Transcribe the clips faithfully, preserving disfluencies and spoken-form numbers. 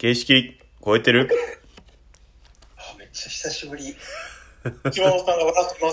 形式超えてる？ あ、めっちゃ久しぶり。島尾さんが笑ってます。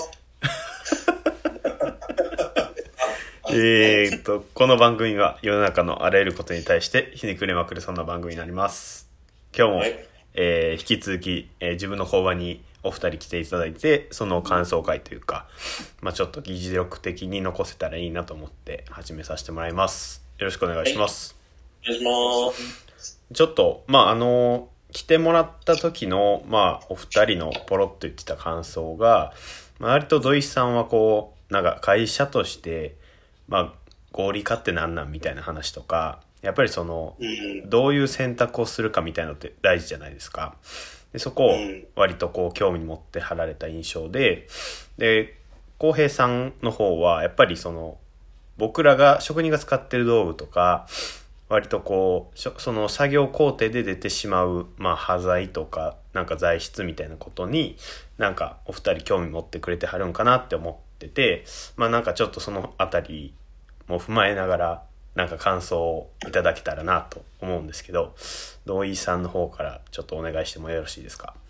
えーっとこの番組は世の中のあらゆることに対してひねくれまくるそんな番組になります。今日も、はい、えー、引き続き、えー、自分の工場にお二人来ていただいて、その感想会というか、まあちょっと議事録的に残せたらいいなと思って始めさせてもらいます。よろしくお願いします。 はい、お願いします。 ちょっとまああの来てもらった時のまあお二人のポロッと言ってた感想が、まあ、割と土井さんはこうなんか会社としてまあ合理化ってなんなんみたいな話とか、やっぱりその、うん、どういう選択をするかみたいなのって大事じゃないですか。でそこを割とこう興味持って貼られた印象で、で浩平さんの方はやっぱりその僕らが職人が使ってる道具とか割とこうその作業工程で出てしまうまあ端材とかなんか材質みたいなことになんかお二人興味持ってくれてはるんかなって思ってて、まあなんかちょっとそのあたりも踏まえながらなんか感想をいただけたらなと思うんですけど、土井さんの方からちょっとお願いしてもよろしいですか？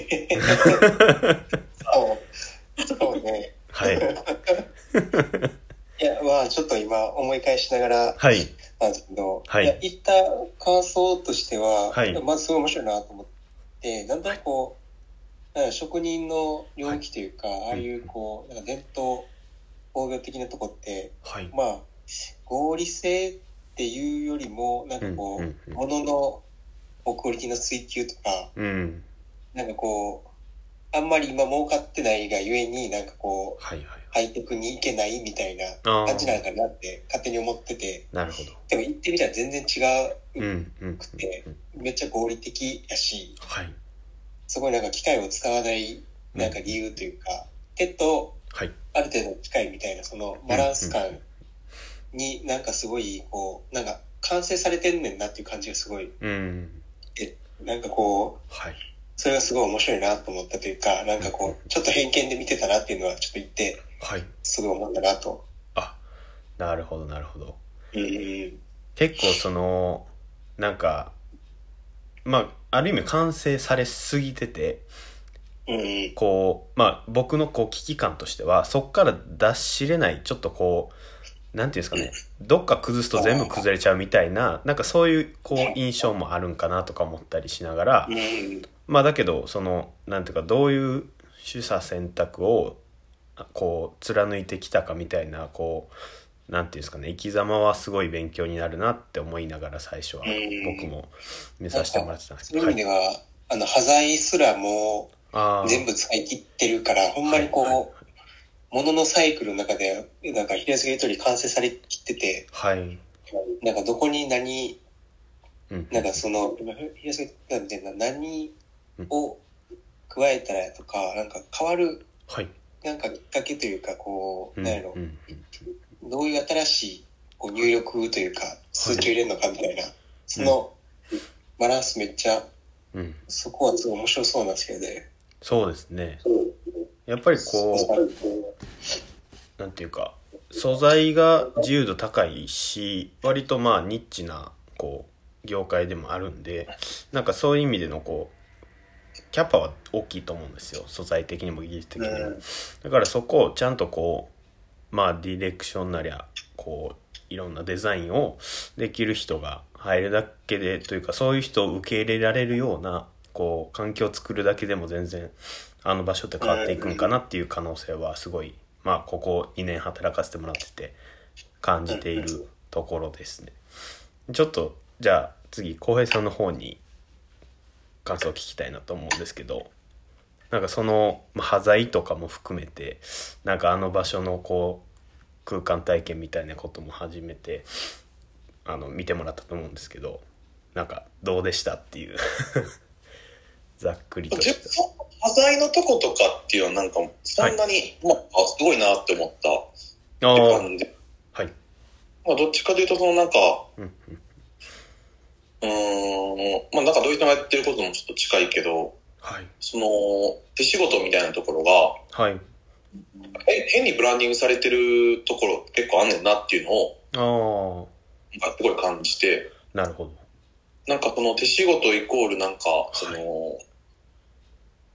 そうそうね。 はい。いやまあちょっと今思い返しながらはいなんですけど、 はい、 いや言った感想としては、 はい、 まずすごい面白いなと思って、なんとなくこう、はい、職人の領域というか、はい、ああいうこうなんか伝統工業的なとこって、はい、まあ合理性っていうよりもなんかこう、うんうんうん、物のクオリティの追求とか、うん、なんかこうあんまり今儲かってないがゆえになんかこう、はいはいはい、ハイテクに行けないみたいな感じなのかなって勝手に思ってて、 なるほど。 でも行ってみたら全然違うくて、うんうんうんうん、めっちゃ合理的やし、はい、すごいなんか機械を使わないなんか理由というか、うん、手とある程度近いみたいなそのバランス感になんかすごいこうなんか完成されてんねんなっていう感じがすごい、うん、えなんかこう、はい、それがすごい面白いなと思ったというか、なんかこうちょっと偏見で見てたなっていうのはちょっと言って、はい、すごい思ったなと。 あ、なるほどなるほど。 うん、 結構そのなんかまあある意味完成されすぎてて、うん、こうまあ僕のこう危機感としてはそっから出しれないちょっとこうなんていうんですかね、どっか崩すと全部崩れちゃうみたいな、なんかそういうこう印象もあるんかなとか思ったりしながら、まあだけどそのなんていうかどういう取捨選択をこう貫いてきたかみたいなこうなんていうんですかね、生き様はすごい勉強になるなって思いながら最初は僕も見させてもらってたんですけど、 そういう意味では、はい、あの端材すらも全部使い切ってるからほんまにこう、はいはい、物のサイクルの中でなんか平杉通り完成されきってて、はい、なんかどこに何、うん、なんかその平杉みたいな何を加えたらとかなんか変わる、はい、なんかきっかけというかこう、うん、なんやろ、うんうん、どういう新しいこう入力というか数値を入れるのかみたいな、はい、そのバランスめっちゃ、うん、そこはすごい面白そうなんですけどね。 そうですね。やっぱりこうなんていうか素材が自由度高いし割とまあニッチなこう業界でもあるんで、なんかそういう意味でのこうキャパは大きいと思うんですよ、素材的にも技術的にも、うん、だからそこをちゃんとこうまあディレクションなりゃこういろんなデザインをできる人が入るだけでというか、そういう人を受け入れられるようなこう環境を作るだけでも全然あの場所って変わっていくんかなっていう可能性はすごいまあここにねん働かせてもらってて感じているところですね。ちょっとじゃあ次浩平さんの方に感想を聞きたいなと思うんですけど、なんかその端材とかも含めてなんかあの場所のこう空間体験みたいなことも初めてあの見てもらったと思うんですけど、なんかどうでしたっていうざっくりとした端材のとことかっていうのはなんかそんなに、はい、まあすごいなって思ったって感じで、はい、まあどっちかというとそのなんかうん、うん、うーんまあなんかどういう人がやってることもちょっと近いけど、はい、その手仕事みたいなところが、はい、変にブランディングされてるところ結構あんねんなっていうのをあすごい感じて、 なるほど。 なんかその手仕事イコールなんか、その、はい、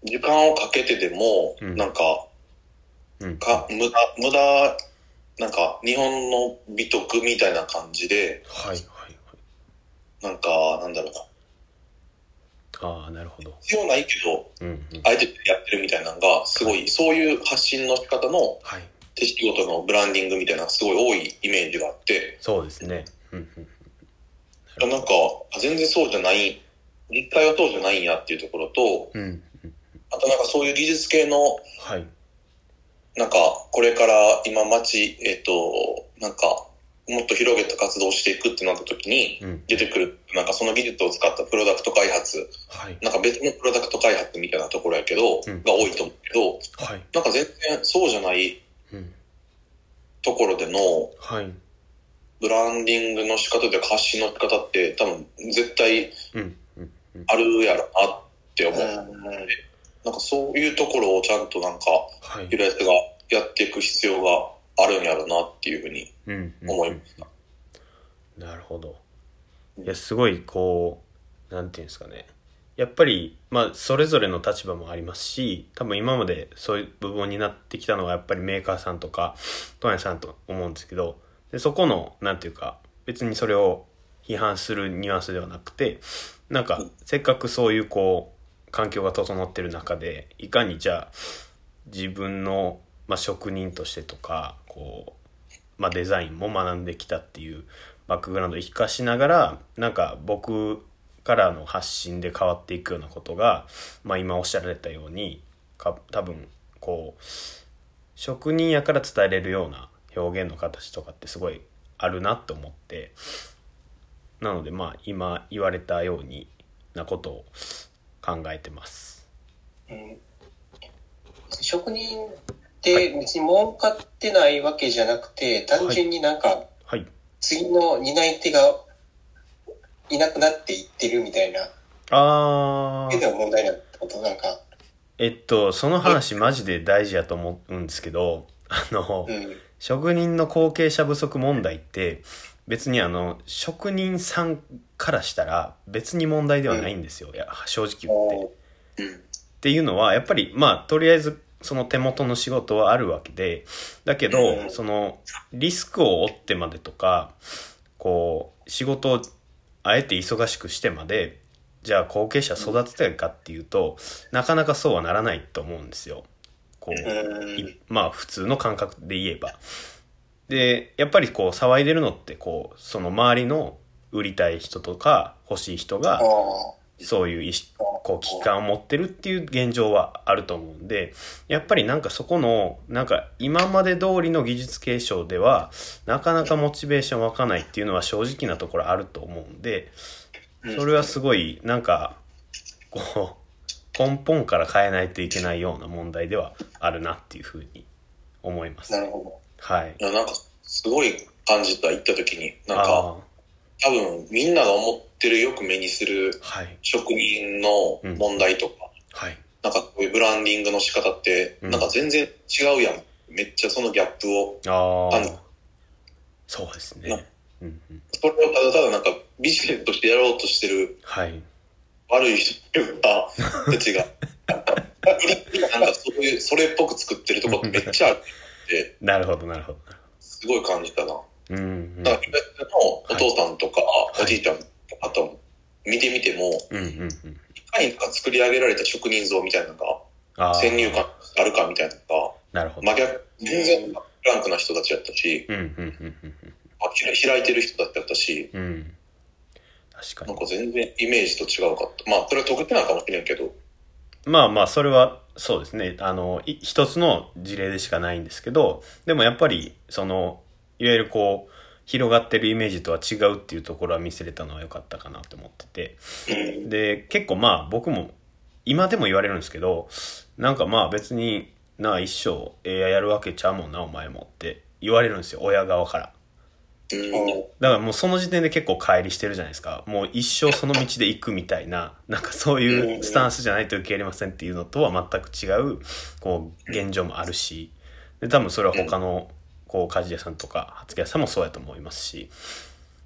時間をかけてでも、うん、なんか、うん、か、無駄、無駄、なんか日本の美徳みたいな感じで、 はいはいはい。 なんか、なんだろうな。 ああ、なるほど。 必要ないけど、うんうん、あえてやってるみたいなのが、すごい、はい、そういう発信の仕方の、手仕事のブランディングみたいなのがすごい多いイメージがあって。 そうですね。うんうん、なんか、全然そうじゃない、実態はそうじゃないんやっていうところと、うんうん、あとなんかそういう技術系の、はい、なんか、これから今街、えっと、なんか、もっと広げた活動をしていくってなった時に出てくる、うん、なんかその技術を使ったプロダクト開発、はい、なんか別のプロダクト開発みたいなところやけど、うん、が多いと思うけど、はい、なんか全然そうじゃないところでの、はい、ブランディングの仕方で発信の仕方って多分絶対あるやろなって思う、うんうん、なんかそういうところをちゃんとなんか、はい、ゆらやつがやっていく必要があるんやろなっていうふうに思いました、 うんうんうん、なるほど。いやすごいこうなんていうんですかね、やっぱりまあそれぞれの立場もありますし、多分今までそういう部分になってきたのがやっぱりメーカーさんとかトナヤさんと思うんですけど、でそこのなんていうか別にそれを批判するニュアンスではなくて、なんかせっかくそういうこう環境が整ってる中でいかにじゃあ自分のまあ、職人としてとかこう、まあ、デザインも学んできたっていうバックグラウンドを生かしながらなんか僕からの発信で変わっていくようなことが、まあ、今おっしゃられたようにか多分こう職人やから伝えれるような表現の形とかってすごいあるなと思って、なのでまあ今言われたようになことを考えてます、うん、 職人で別に儲かってないわけじゃなくて、単純になんか次の担い手がいなくなっていってるみたいな、あーっていうのが問題なことなんか。 えっとその話マジで大事やと思うんですけど、あの、うん、職人の後継者不足問題って別にあの職人さんからしたら別に問題ではないんですよ、うん、いや正直言って、うん、っていうのはやっぱりまあとりあえずその手元の仕事はあるわけで、だけど、うん、そのリスクを負ってまでとかこう仕事をあえて忙しくしてまでじゃあ後継者育てたいかっていうと、うん、なかなかそうはならないと思うんですよ。こう、うん、まあ普通の感覚で言えば。でやっぱりこう騒いでるのってこうその周りの売りたい人とか欲しい人がそういう意思こう危機感を持ってるっていう現状はあると思うんで、やっぱりなんかそこのなんか今まで通りの技術継承ではなかなかモチベーション湧かないっていうのは正直なところあると思うんで、それはすごいなんかこう根本から変えないといけないような問題ではあるなっていうふうに思います。 なるほど。 はい。 なんかすごい感じた、行った時になんか多分みんなが思ってるよく目にする職人の問題とか、はいうんはい、なんかこういうブランディングの仕方ってなんか全然違うやん、うん、めっちゃそのギャップを感じる。 そうですね、 うんうん、それをただただなんかビジネスとしてやろうとしてる、はい、悪い人というかたちがなんかそういうそれっぽく作ってるとこってめっちゃあるってなるほどなるほどすごい感じたな。うんうん、だからお父さんとか、はい、おじいちゃんとかと見てみても、うんうんうん、いかにか作り上げられた職人像みたいなのが先入観あるかみたいなのがなるほど真逆全然フランクな人たちやったし、うんうんうんうん、開いてる人だったし、うん、確かになんか全然イメージと違うかった。まあそれは特定なのかもしれんけど、 まあまあそれはそうですね、あの一つの事例でしかないんですけど、でもやっぱりそのいわゆるこう広がってるイメージとは違うっていうところは見せれたのは良かったかなと思ってて、で結構まあ僕も今でも言われるんですけど、なんかまあ別になあ一生 エーアイ やるわけちゃうもんなお前もって言われるんですよ、親側から。だからもうその時点で結構乖離してるじゃないですか。もう一生その道で行くみたいな、なんかそういうスタンスじゃないと受け入れませんっていうのとは全く違うこう現状もあるし、で多分それは他のこう鍛冶屋さんとか発言屋さんもそうやと思いますし、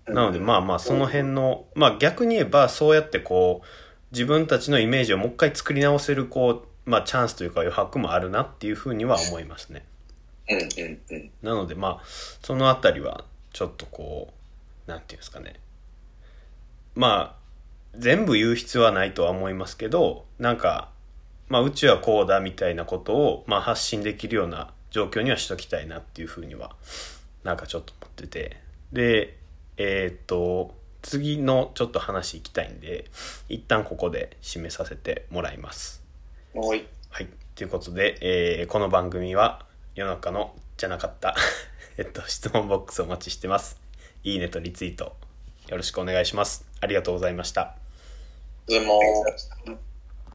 なのでまあまあその辺の、まあ逆に言えばそうやってこう自分たちのイメージをもう一回作り直せるこう、まあチャンスというか余白もあるなっていうふうには思いますね。 うんうんうん。 なのでまあそのあたりはちょっとこうなんていうんですかね。まあ全部言う必要はないとは思いますけど、なんかまあうちはこうだみたいなことをまあ発信できるような状況にはしときたいなっていうふうにはなんかちょっと思ってて、でえー、っと次のちょっと話いきたいんで一旦ここで締めさせてもらいます。 はい。 はい。ということで、えー、この番組は世の中のじゃなかったえっと質問ボックスお待ちしてます。いいねとリツイートよろしくお願いします。ありがとうございました。 ありがとうございます。